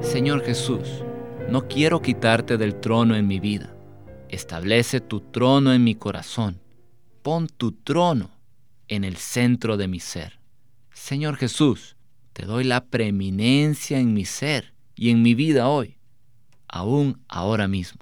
Señor Jesús, no quiero quitarte del trono en mi vida. Establece tu trono en mi corazón. Pon tu trono en el centro de mi ser. Señor Jesús, te doy la preeminencia en mi ser y en mi vida hoy, aún ahora mismo.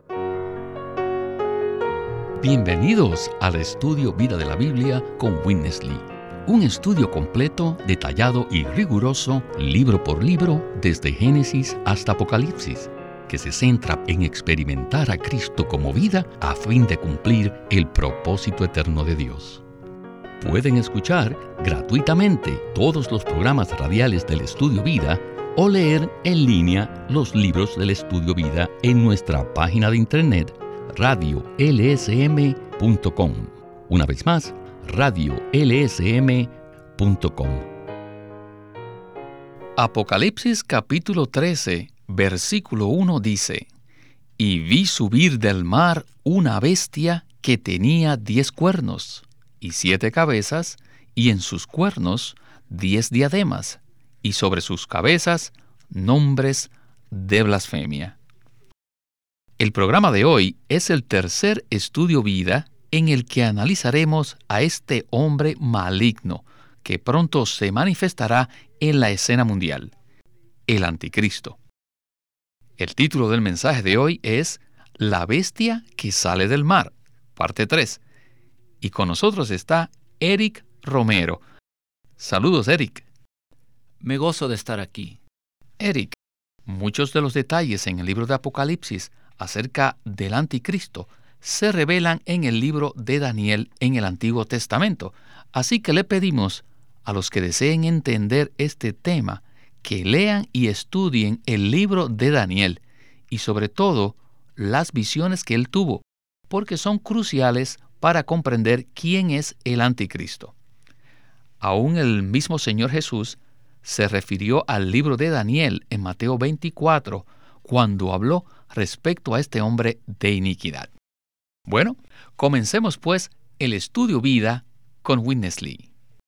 Bienvenidos al estudio Vida de la Biblia con Witness Lee. Un estudio completo, detallado y riguroso, libro por libro, desde Génesis hasta Apocalipsis, que se centra en experimentar a Cristo como vida a fin de cumplir el propósito eterno de Dios. Pueden escuchar gratuitamente todos los programas radiales del Estudio Vida o leer en línea los libros del Estudio Vida en nuestra página de internet radiolsm.com. Una vez más, radiolsm.com. Apocalipsis capítulo 13, versículo 1 dice: Y vi subir del mar una bestia que tenía 10 cuernos y 7 cabezas, y en sus cuernos 10 diademas, y sobre sus cabezas nombres de blasfemia. El programa de hoy es el tercer estudio vida en el que analizaremos a este hombre maligno que pronto se manifestará en la escena mundial, el Anticristo. El título del mensaje de hoy es La bestia que sale del mar, parte 3. Y con nosotros está Eric Romero. Saludos, Eric. Me gozo de estar aquí. Eric, muchos de los detalles en el libro de Apocalipsis acerca del Anticristo se revelan en el libro de Daniel en el Antiguo Testamento. Así que le pedimos a los que deseen entender este tema que lean y estudien el libro de Daniel y sobre todo las visiones que él tuvo, porque son cruciales para comprender quién es el Anticristo. Aún el mismo Señor Jesús se refirió al libro de Daniel en Mateo 24 cuando habló respecto a este hombre de iniquidad. Bueno, comencemos pues el estudio vida con Witness Lee.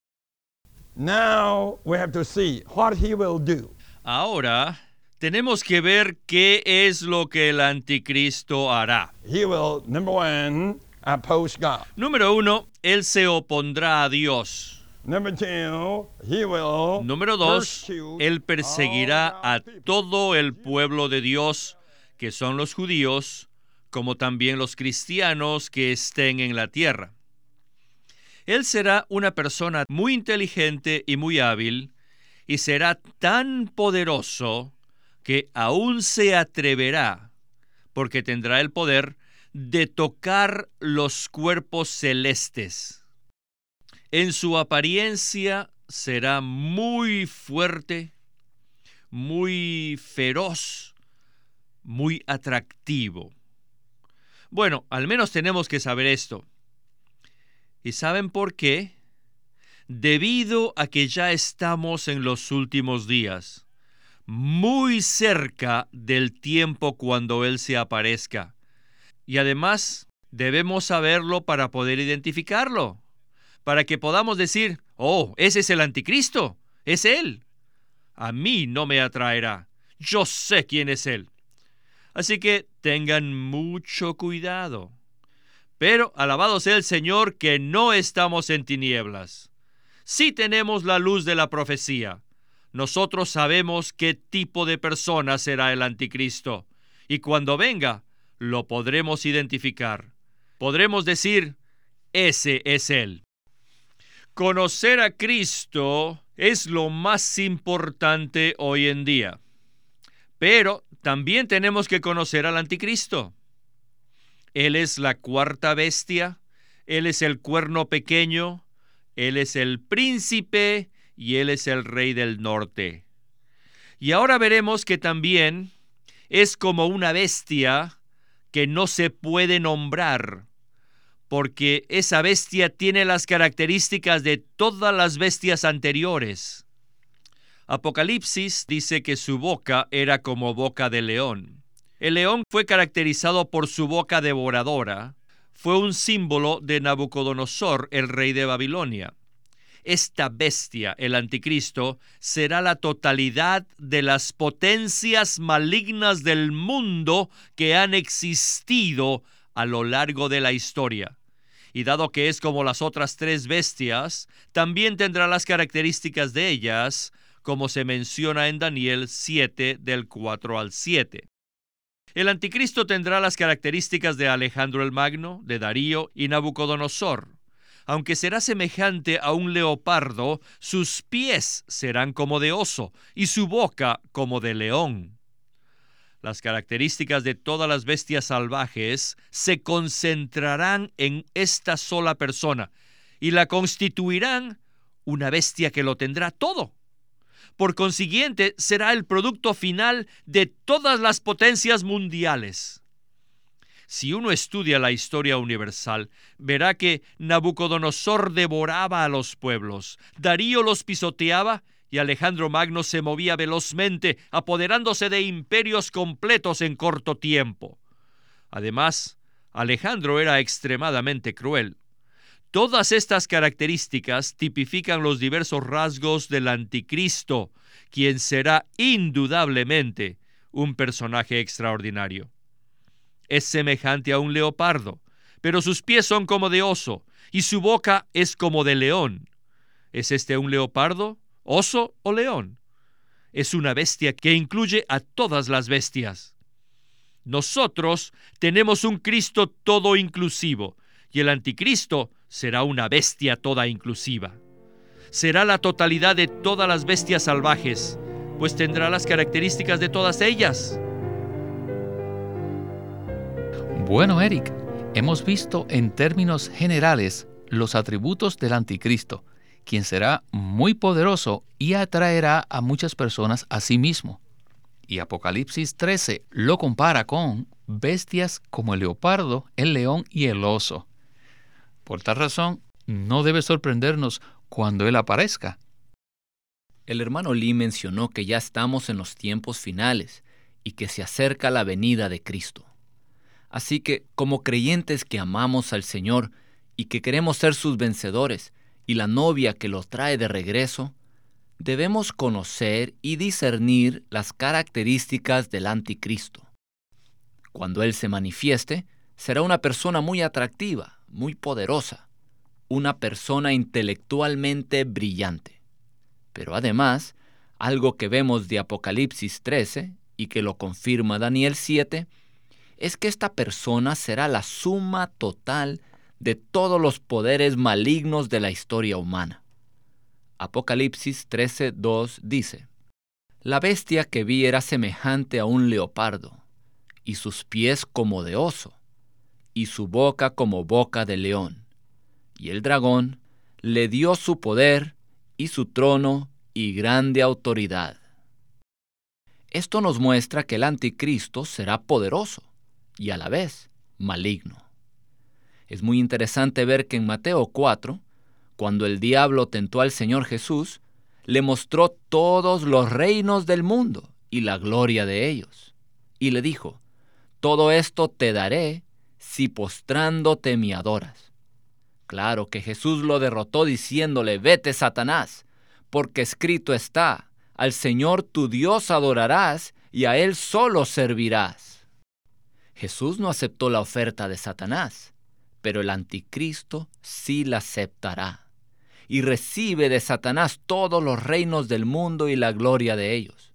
Now we have to see what he will do. Ahora tenemos que ver qué es lo que el Anticristo hará. He will, number one, oppose God. Número 1, él se opondrá a Dios. Number two, he will Número 2, persecute él perseguirá all a God's people. todo el pueblo de Dios, que son los judíos, como también los cristianos que estén en la tierra. Él será una persona muy inteligente y muy hábil, y será tan poderoso que aún se atreverá, porque tendrá el poder de tocar los cuerpos celestes. En su apariencia será muy fuerte, muy feroz, muy atractivo. Bueno, al menos tenemos que saber esto. ¿Y saben por qué? Debido a que ya estamos en los últimos días, muy cerca del tiempo cuando Él se aparezca. Y además, debemos saberlo para poder identificarlo, para que podamos decir, oh, ese es el Anticristo, es Él. A mí no me atraerá, yo sé quién es Él. Así que tengan mucho cuidado. Pero alabado sea el Señor que no estamos en tinieblas. Sí tenemos la luz de la profecía. Nosotros sabemos qué tipo de persona será el Anticristo. Y cuando venga, lo podremos identificar. Podremos decir, ese es Él. Conocer a Cristo es lo más importante hoy en día. Pero también tenemos que conocer al Anticristo. Él es la cuarta bestia, Él es el cuerno pequeño, Él es el príncipe y Él es el rey del norte. Y ahora veremos que también es como una bestia que no se puede nombrar, porque esa bestia tiene las características de todas las bestias anteriores. Apocalipsis dice que su boca era como boca de león. El león fue caracterizado por su boca devoradora. Fue un símbolo de Nabucodonosor, el rey de Babilonia. Esta bestia, el anticristo, será la totalidad de las potencias malignas del mundo que han existido a lo largo de la historia. Y dado que es como las otras tres bestias, también tendrá las características de ellas, como se menciona en Daniel 7, del 4 al 7. El anticristo tendrá las características de Alejandro el Magno, de Darío y Nabucodonosor. Aunque será semejante a un leopardo, sus pies serán como de oso y su boca como de león. Las características de todas las bestias salvajes se concentrarán en esta sola persona y la constituirán una bestia que lo tendrá todo. Por consiguiente, será el producto final de todas las potencias mundiales. Si uno estudia la historia universal, verá que Nabucodonosor devoraba a los pueblos, Darío los pisoteaba y Alejandro Magno se movía velozmente, apoderándose de imperios completos en corto tiempo. Además, Alejandro era extremadamente cruel. Todas estas características tipifican los diversos rasgos del anticristo, quien será indudablemente un personaje extraordinario. Es semejante a un leopardo, pero sus pies son como de oso, y su boca es como de león. ¿Es este un leopardo, oso o león? Es una bestia que incluye a todas las bestias. Nosotros tenemos un Cristo todo inclusivo, y el anticristo será una bestia toda inclusiva. Será la totalidad de todas las bestias salvajes, pues tendrá las características de todas ellas. Bueno, Eric, hemos visto en términos generales los atributos del anticristo, quien será muy poderoso y atraerá a muchas personas a sí mismo. Y Apocalipsis 13 lo compara con bestias como el leopardo, el león y el oso. Por tal razón, no debe sorprendernos cuando él aparezca. El hermano Lee mencionó que ya estamos en los tiempos finales y que se acerca la venida de Cristo. Así que, como creyentes que amamos al Señor y que queremos ser sus vencedores y la novia que los trae de regreso, debemos conocer y discernir las características del anticristo. Cuando Él se manifieste, será una persona muy atractiva, muy poderosa, una persona intelectualmente brillante. Pero además, algo que vemos de Apocalipsis 13 y que lo confirma Daniel 7, es que esta persona será la suma total de todos los poderes malignos de la historia humana. Apocalipsis 13:2 dice: La bestia que vi era semejante a un leopardo, y sus pies como de oso, y su boca como boca de león. Y el dragón le dio su poder y su trono y grande autoridad. Esto nos muestra que el anticristo será poderoso y a la vez maligno. Es muy interesante ver que en Mateo 4, cuando el diablo tentó al Señor Jesús, le mostró todos los reinos del mundo y la gloria de ellos. Y le dijo: Todo esto te daré si postrándote me adoras. Claro que Jesús lo derrotó diciéndole: Vete, Satanás, porque escrito está: Al Señor tu Dios adorarás y a Él solo servirás. Jesús no aceptó la oferta de Satanás, pero el anticristo sí la aceptará y recibe de Satanás todos los reinos del mundo y la gloria de ellos.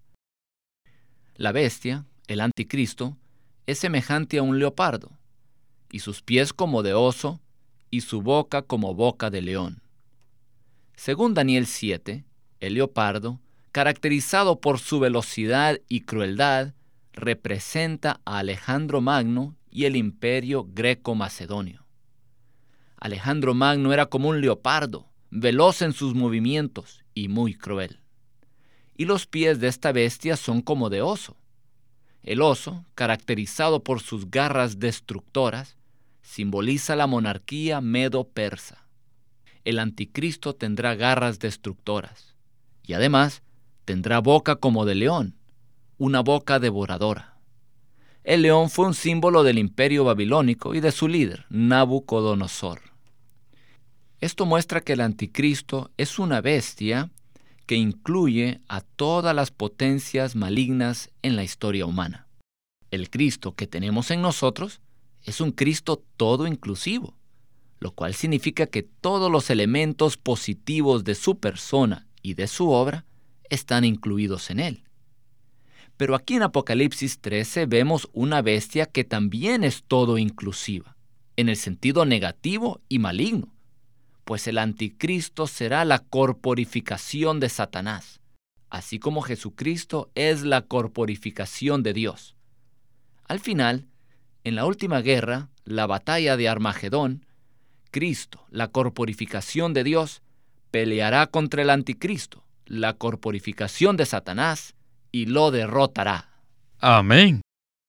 La bestia, el anticristo, es semejante a un leopardo, y sus pies como de oso, y su boca como boca de león. Según Daniel 7, el leopardo, caracterizado por su velocidad y crueldad, representa a Alejandro Magno y el imperio greco-macedonio. Alejandro Magno era como un leopardo, veloz en sus movimientos y muy cruel. Y los pies de esta bestia son como de oso. El oso, caracterizado por sus garras destructoras, simboliza la monarquía medo-persa. El anticristo tendrá garras destructoras y además tendrá boca como de león, una boca devoradora. El león fue un símbolo del imperio babilónico y de su líder, Nabucodonosor. Esto muestra que el anticristo es una bestia que incluye a todas las potencias malignas en la historia humana. El Cristo que tenemos en nosotros es un Cristo todo inclusivo, lo cual significa que todos los elementos positivos de su persona y de su obra están incluidos en él. Pero aquí en Apocalipsis 13 vemos una bestia que también es todo inclusiva, en el sentido negativo y maligno, pues el anticristo será la corporificación de Satanás, así como Jesucristo es la corporificación de Dios. Al final, en la última guerra, la batalla de Armagedón, Cristo, la corporificación de Dios, peleará contra el anticristo, la corporificación de Satanás, y lo derrotará. Amén.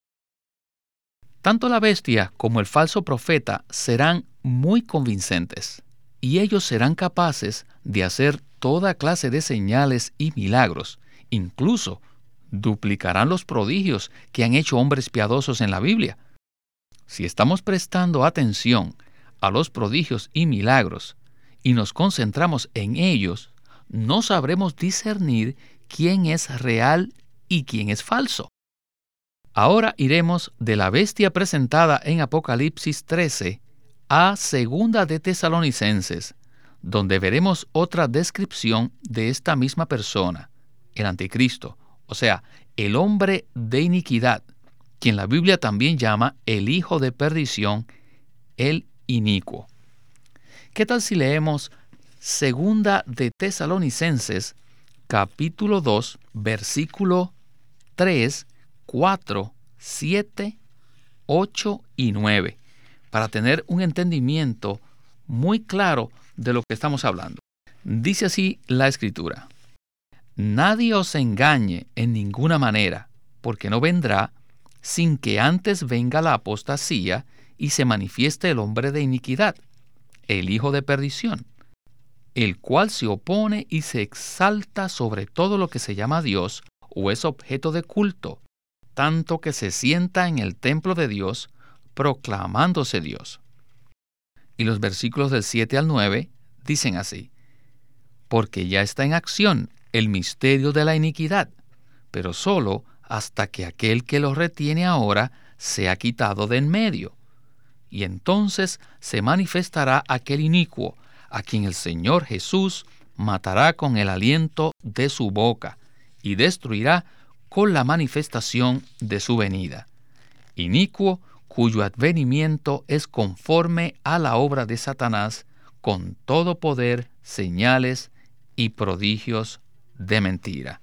Tanto la bestia como el falso profeta serán muy convincentes, y ellos serán capaces de hacer toda clase de señales y milagros. Incluso duplicarán los prodigios que han hecho hombres piadosos en la Biblia. Si estamos prestando atención a los prodigios y milagros y nos concentramos en ellos, no sabremos discernir quién es real y quién es falso. Ahora iremos de la bestia presentada en Apocalipsis 13 a 2 de Tesalonicenses, donde veremos otra descripción de esta misma persona, el anticristo, o sea, el hombre de iniquidad, quien la Biblia también llama el hijo de perdición, el inicuo. ¿Qué tal si leemos 2 de Tesalonicenses, capítulo 2, versículo 3, 4, 7, 8 y 9, para tener un entendimiento muy claro de lo que estamos hablando? Dice así la Escritura: Nadie os engañe en ninguna manera, porque no vendrá sin que antes venga la apostasía y se manifieste el hombre de iniquidad, el hijo de perdición, el cual se opone y se exalta sobre todo lo que se llama Dios o es objeto de culto, tanto que se sienta en el templo de Dios, proclamándose Dios. Y los versículos del 7 al 9 dicen así: Porque ya está en acción el misterio de la iniquidad, pero solo hasta que aquel que lo retiene ahora sea quitado de en medio. Y entonces se manifestará aquel inicuo, a quien el Señor Jesús matará con el aliento de su boca, y destruirá con la manifestación de su venida. Inicuo, cuyo advenimiento es conforme a la obra de Satanás, con todo poder, señales y prodigios de mentira.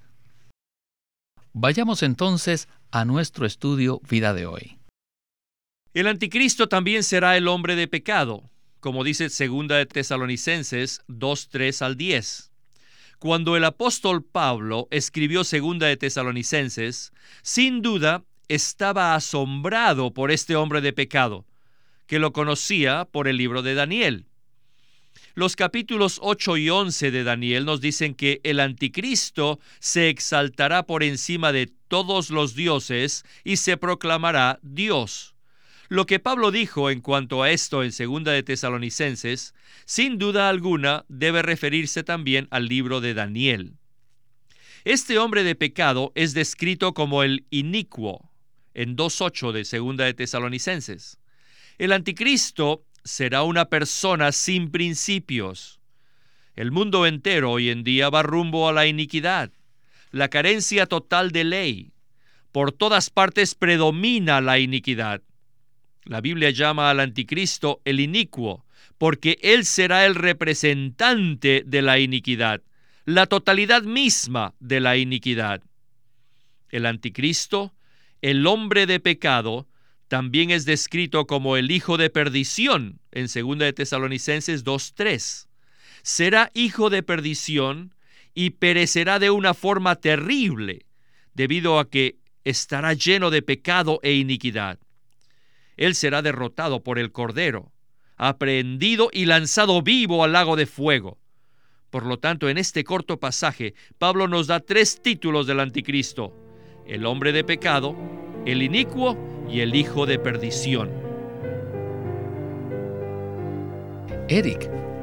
Vayamos entonces a nuestro estudio vida de hoy. El anticristo también será el hombre de pecado, como dice 2 de Tesalonicenses 2, 3 al 10. Cuando el apóstol Pablo escribió 2 de Tesalonicenses, sin duda estaba asombrado por este hombre de pecado, que lo conocía por el libro de Daniel. Los capítulos 8 y 11 de Daniel nos dicen que el anticristo se exaltará por encima de todos los dioses y se proclamará Dios. Lo que Pablo dijo en cuanto a esto en 2 de Tesalonicenses, sin duda alguna, debe referirse también al libro de Daniel. Este hombre de pecado es descrito como el inicuo en 2:8 de 2 de Tesalonicenses. El anticristo será una persona sin principios. El mundo entero hoy en día va rumbo a la iniquidad, la carencia total de ley. Por todas partes predomina la iniquidad. La Biblia llama al anticristo el inicuo, porque él será el representante de la iniquidad, la totalidad misma de la iniquidad. El anticristo, el hombre de pecado, también es descrito como el hijo de perdición en 2 de Tesalonicenses 2:3. Será hijo de perdición y perecerá de una forma terrible, debido a que estará lleno de pecado e iniquidad. Él será derrotado por el Cordero, aprehendido y lanzado vivo al lago de fuego. Por lo tanto, en este corto pasaje, Pablo nos da 3 títulos del anticristo: el hombre de pecado, el inicuo y el hijo de perdición. Eric,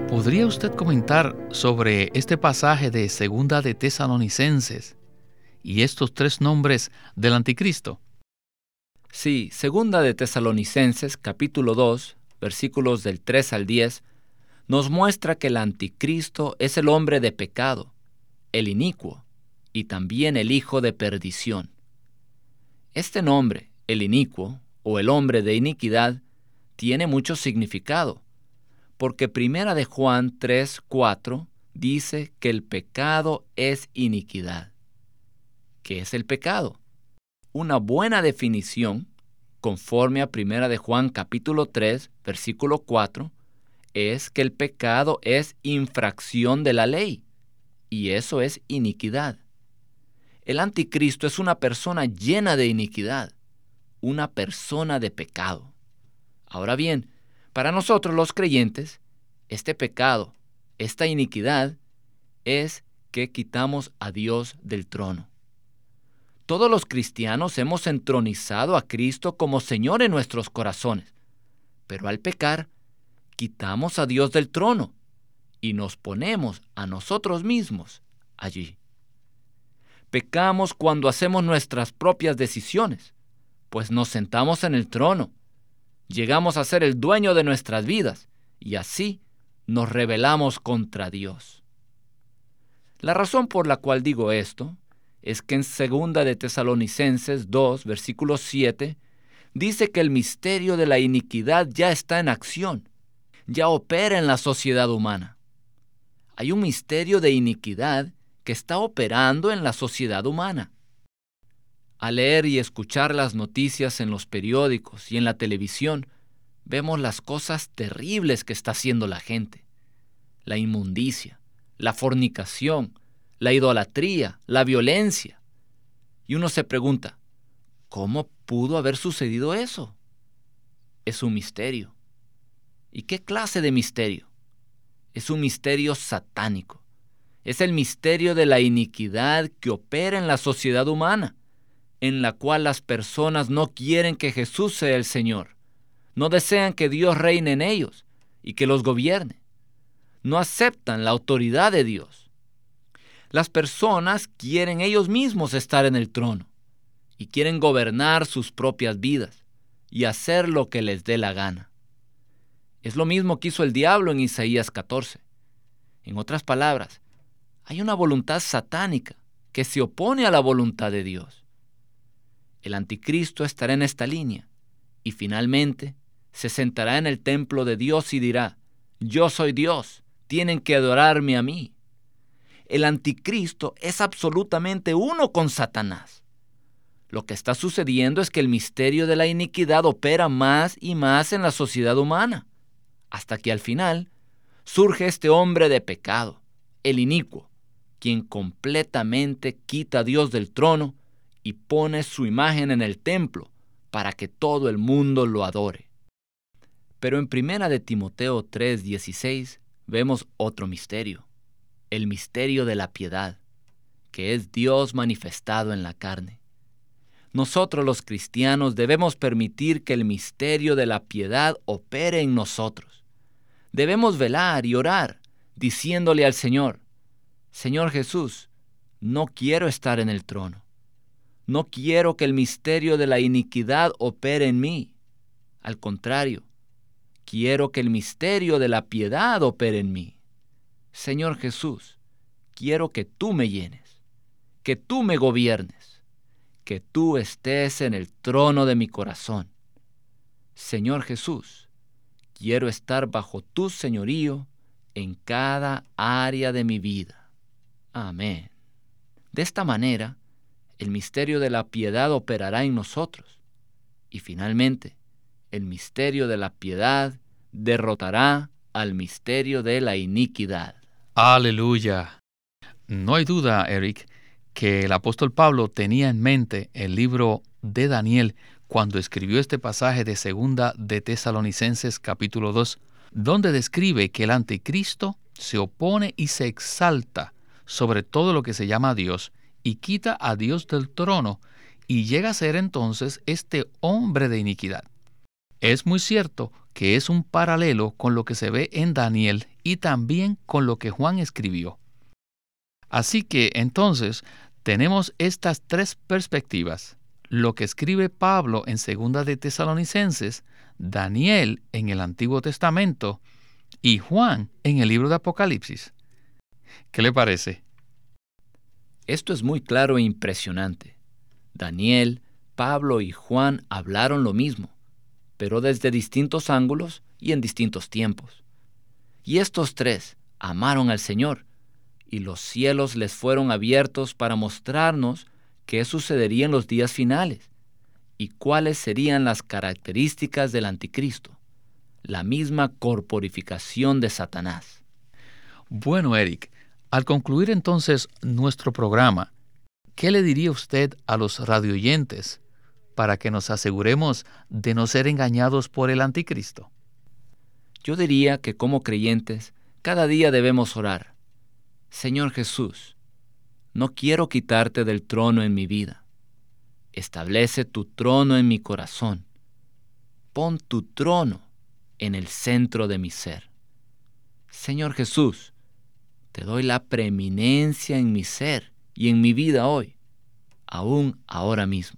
¿Podría usted comentar sobre este pasaje de Segunda de Tesalonicenses y estos 3 nombres del anticristo? Sí, Segunda de Tesalonicenses, capítulo 2, versículos del 3 al 10, nos muestra que el anticristo es el hombre de pecado, el inicuo, y también el hijo de perdición. Este nombre, el inicuo, o el hombre de iniquidad, tiene mucho significado, porque Primera de Juan 3:4 dice que el pecado es iniquidad. ¿Qué es el pecado? Una buena definición, conforme a Primera de Juan capítulo 3, versículo 4, es que el pecado es infracción de la ley, y eso es iniquidad. El anticristo es una persona llena de iniquidad, una persona de pecado. Ahora bien, para nosotros los creyentes, este pecado, esta iniquidad, es que quitamos a Dios del trono. Todos los cristianos hemos entronizado a Cristo como Señor en nuestros corazones, pero al pecar, quitamos a Dios del trono y nos ponemos a nosotros mismos allí. Pecamos cuando hacemos nuestras propias decisiones, pues nos sentamos en el trono, llegamos a ser el dueño de nuestras vidas y así nos rebelamos contra Dios. La razón por la cual digo esto es que en 2 de Tesalonicenses 2, versículo 7, dice que el misterio de la iniquidad ya está en acción, ya opera en la sociedad humana. Hay un misterio de iniquidad que está operando en la sociedad humana. Al leer y escuchar las noticias en los periódicos y en la televisión, vemos las cosas terribles que está haciendo la gente. La inmundicia, la fornicación, la idolatría, la violencia. Y uno se pregunta, ¿cómo pudo haber sucedido eso? Es un misterio. ¿Y qué clase de misterio? Es un misterio satánico. Es el misterio de la iniquidad que opera en la sociedad humana, en la cual las personas no quieren que Jesús sea el Señor. No desean que Dios reine en ellos y que los gobierne. No aceptan la autoridad de Dios. Las personas quieren ellos mismos estar en el trono y quieren gobernar sus propias vidas y hacer lo que les dé la gana. Es lo mismo que hizo el diablo en Isaías 14. En otras palabras, hay una voluntad satánica que se opone a la voluntad de Dios. El anticristo estará en esta línea y finalmente se sentará en el templo de Dios y dirá, yo soy Dios, tienen que adorarme a mí. El anticristo es absolutamente uno con Satanás. Lo que está sucediendo es que el misterio de la iniquidad opera más y más en la sociedad humana, hasta que al final surge este hombre de pecado, el inicuo, quien completamente quita a Dios del trono y pone su imagen en el templo para que todo el mundo lo adore. Pero en 1 de Timoteo 3:16 vemos otro misterio, el misterio de la piedad, que es Dios manifestado en la carne. Nosotros los cristianos debemos permitir que el misterio de la piedad opere en nosotros. Debemos velar y orar, diciéndole al Señor, Señor Jesús, no quiero estar en el trono. No quiero que el misterio de la iniquidad opere en mí. Al contrario, quiero que el misterio de la piedad opere en mí. Señor Jesús, quiero que tú me llenes, que tú me gobiernes, que tú estés en el trono de mi corazón. Señor Jesús, quiero estar bajo tu señorío en cada área de mi vida. Amén. De esta manera, el misterio de la piedad operará en nosotros. Y finalmente, el misterio de la piedad derrotará al misterio de la iniquidad. Aleluya. No hay duda, Eric, que el apóstol Pablo tenía en mente el libro de Daniel cuando escribió este pasaje de 2 de Tesalonicenses capítulo 2, donde describe que el anticristo se opone y se exalta sobre todo lo que se llama Dios y quita a Dios del trono y llega a ser entonces este hombre de iniquidad. Es muy cierto que es un paralelo con lo que se ve en Daniel y también con lo que Juan escribió. Así que entonces tenemos estas tres perspectivas: lo que escribe Pablo en 2 de Tesalonicenses, Daniel en el Antiguo Testamento y Juan en el libro de Apocalipsis. ¿Qué le parece? Esto es muy claro e impresionante. Daniel, Pablo y Juan hablaron lo mismo, pero desde distintos ángulos y en distintos tiempos. Y estos tres amaron al Señor, y los cielos les fueron abiertos para mostrarnos qué sucedería en los días finales y cuáles serían las características del anticristo, la misma corporificación de Satanás. Bueno, Eric, al concluir entonces nuestro programa, ¿qué le diría usted a los radioyentes para que nos aseguremos de no ser engañados por el anticristo? Yo diría que como creyentes, cada día debemos orar: Señor Jesús, no quiero quitarte del trono en mi vida. Establece tu trono en mi corazón. Pon tu trono en el centro de mi ser. Señor Jesús, te doy la preeminencia en mi ser y en mi vida hoy, aún ahora mismo.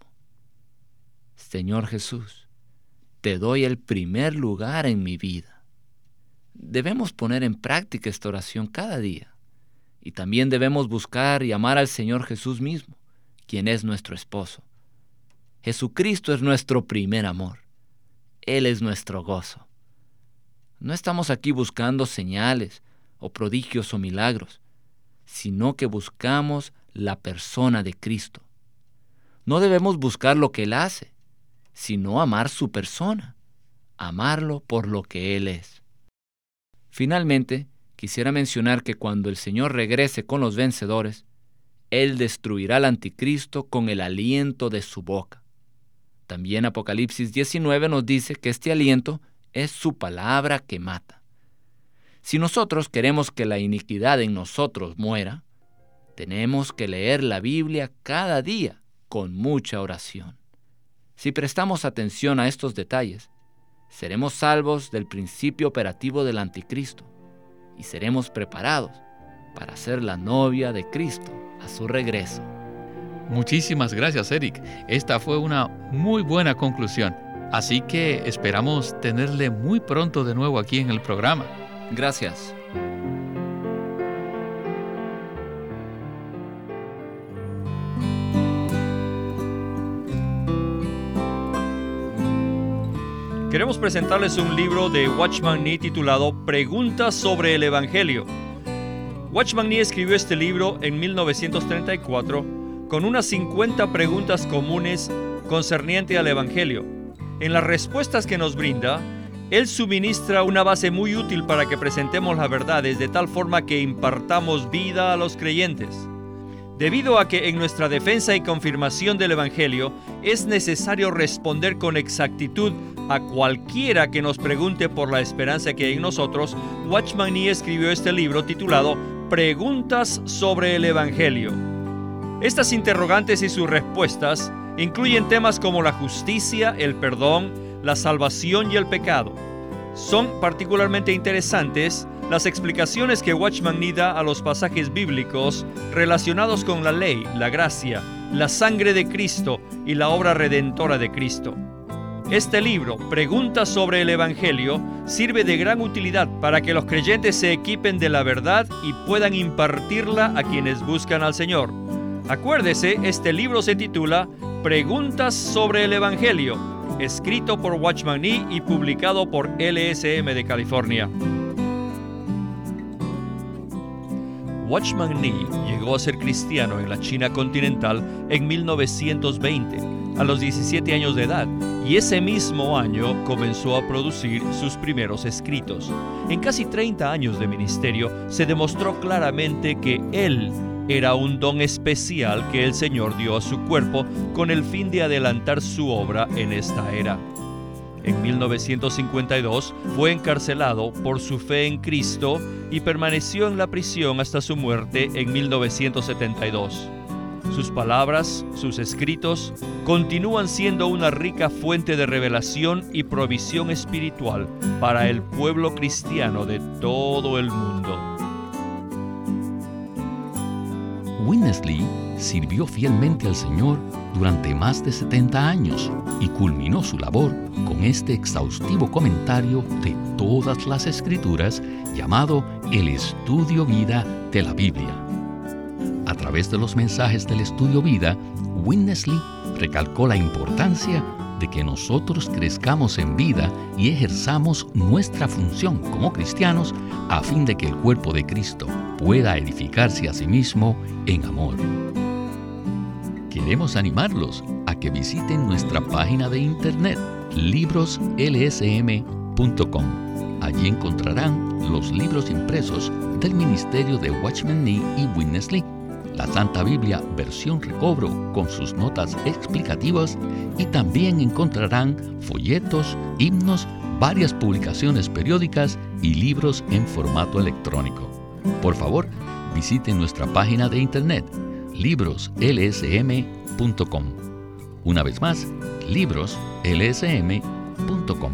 Señor Jesús, te doy el primer lugar en mi vida. Debemos poner en práctica esta oración cada día. Y también debemos buscar y amar al Señor Jesús mismo, quien es nuestro esposo. Jesucristo es nuestro primer amor. Él es nuestro gozo. No estamos aquí buscando señales o prodigios o milagros, sino que buscamos la persona de Cristo. No debemos buscar lo que Él hace, sino amar su persona, amarlo por lo que Él es. Finalmente, quisiera mencionar que cuando el Señor regrese con los vencedores, Él destruirá al anticristo con el aliento de su boca. También Apocalipsis 19 nos dice que este aliento es su palabra que mata. Si nosotros queremos que la iniquidad en nosotros muera, tenemos que leer la Biblia cada día con mucha oración. Si prestamos atención a estos detalles, seremos salvos del principio operativo del anticristo y seremos preparados para ser la novia de Cristo a su regreso. Muchísimas gracias, Eric. Esta fue una muy buena conclusión. Así que esperamos tenerle muy pronto de nuevo aquí en el programa. Gracias. Queremos presentarles un libro de Watchman Nee titulado Preguntas sobre el Evangelio. Watchman Nee escribió este libro en 1934 con unas 50 preguntas comunes concernientes al Evangelio. En las respuestas que nos brinda, él suministra una base muy útil para que presentemos las verdades de tal forma que impartamos vida a los creyentes. Debido a que en nuestra defensa y confirmación del Evangelio es necesario responder con exactitud a cualquiera que nos pregunte por la esperanza que hay en nosotros, Watchman Nee escribió este libro titulado Preguntas sobre el Evangelio. Estas interrogantes y sus respuestas incluyen temas como la justicia, el perdón, la salvación y el pecado. Son particularmente interesantes las explicaciones que Watchman Nee da a los pasajes bíblicos relacionados con la ley, la gracia, la sangre de Cristo y la obra redentora de Cristo. Este libro, Preguntas sobre el Evangelio, sirve de gran utilidad para que los creyentes se equipen de la verdad y puedan impartirla a quienes buscan al Señor. Acuérdese, este libro se titula Preguntas sobre el Evangelio, escrito por Watchman Nee y publicado por LSM de California. Watchman Nee llegó a ser cristiano en la China continental en 1920, a los 17 años de edad, y ese mismo año comenzó a producir sus primeros escritos. En casi 30 años de ministerio se demostró claramente que él era un don especial que el Señor dio a su cuerpo con el fin de adelantar su obra en esta era. En 1952 fue encarcelado por su fe en Cristo y permaneció en la prisión hasta su muerte en 1972. Sus palabras, sus escritos, continúan siendo una rica fuente de revelación y provisión espiritual para el pueblo cristiano de todo el mundo. Witness Lee sirvió fielmente al Señor durante más de 70 años y culminó su labor con este exhaustivo comentario de todas las Escrituras llamado el Estudio Vida de la Biblia. A través de los mensajes del Estudio Vida, Witness Lee recalcó la importancia de que nosotros crezcamos en vida y ejerzamos nuestra función como cristianos a fin de que el cuerpo de Cristo pueda edificarse a sí mismo en amor. Queremos animarlos a que visiten nuestra página de internet libroslsm.com. Allí encontrarán los libros impresos del ministerio de Watchman Nee y Witness Lee, la Santa Biblia versión recobro con sus notas explicativas, y también encontrarán folletos, himnos, varias publicaciones periódicas y libros en formato electrónico. Por favor, visiten nuestra página de internet libroslsm.com. Una vez más, libroslsm.com.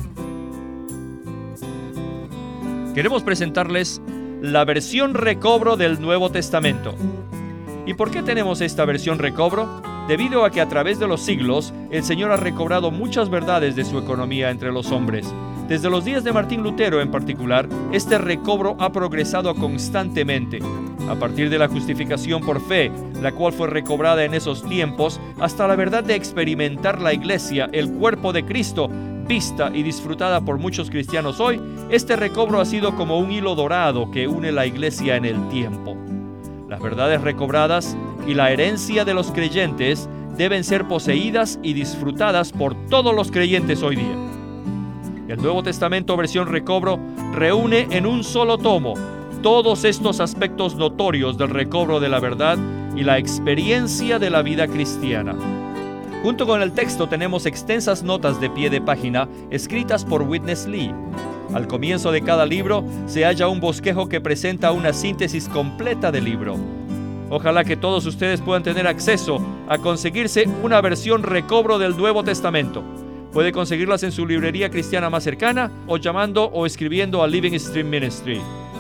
Queremos presentarles la versión recobro del Nuevo Testamento. ¿Y por qué tenemos esta versión recobro? Debido a que a través de los siglos, el Señor ha recobrado muchas verdades de su economía entre los hombres. Desde los días de Martín Lutero en particular, este recobro ha progresado constantemente. A partir de la justificación por fe, la cual fue recobrada en esos tiempos, hasta la verdad de experimentar la Iglesia, el cuerpo de Cristo, vista y disfrutada por muchos cristianos hoy, este recobro ha sido como un hilo dorado que une la Iglesia en el tiempo. Las verdades recobradas y la herencia de los creyentes deben ser poseídas y disfrutadas por todos los creyentes hoy día. El Nuevo Testamento versión recobro reúne en un solo tomo todos estos aspectos notorios del recobro de la verdad y la experiencia de la vida cristiana. Junto con el texto tenemos extensas notas de pie de página escritas por Witness Lee. Al comienzo de cada libro se halla un bosquejo que presenta una síntesis completa del libro. Ojalá que todos ustedes puedan tener acceso a conseguirse una versión recobro del Nuevo Testamento. Puede conseguirlas en su librería cristiana más cercana o llamando o escribiendo a Living Stream Ministry.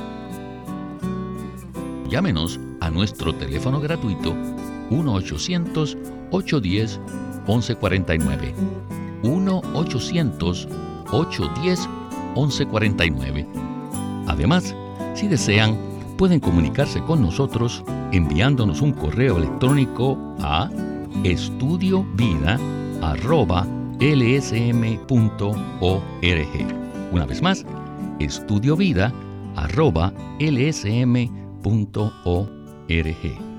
Llámenos a nuestro teléfono gratuito 1-800-810-1149. 1-800-810-1149. Además, si desean, pueden comunicarse con nosotros enviándonos un correo electrónico a estudiovida@lsm.org. Una vez más, estudiovida@lsm.org.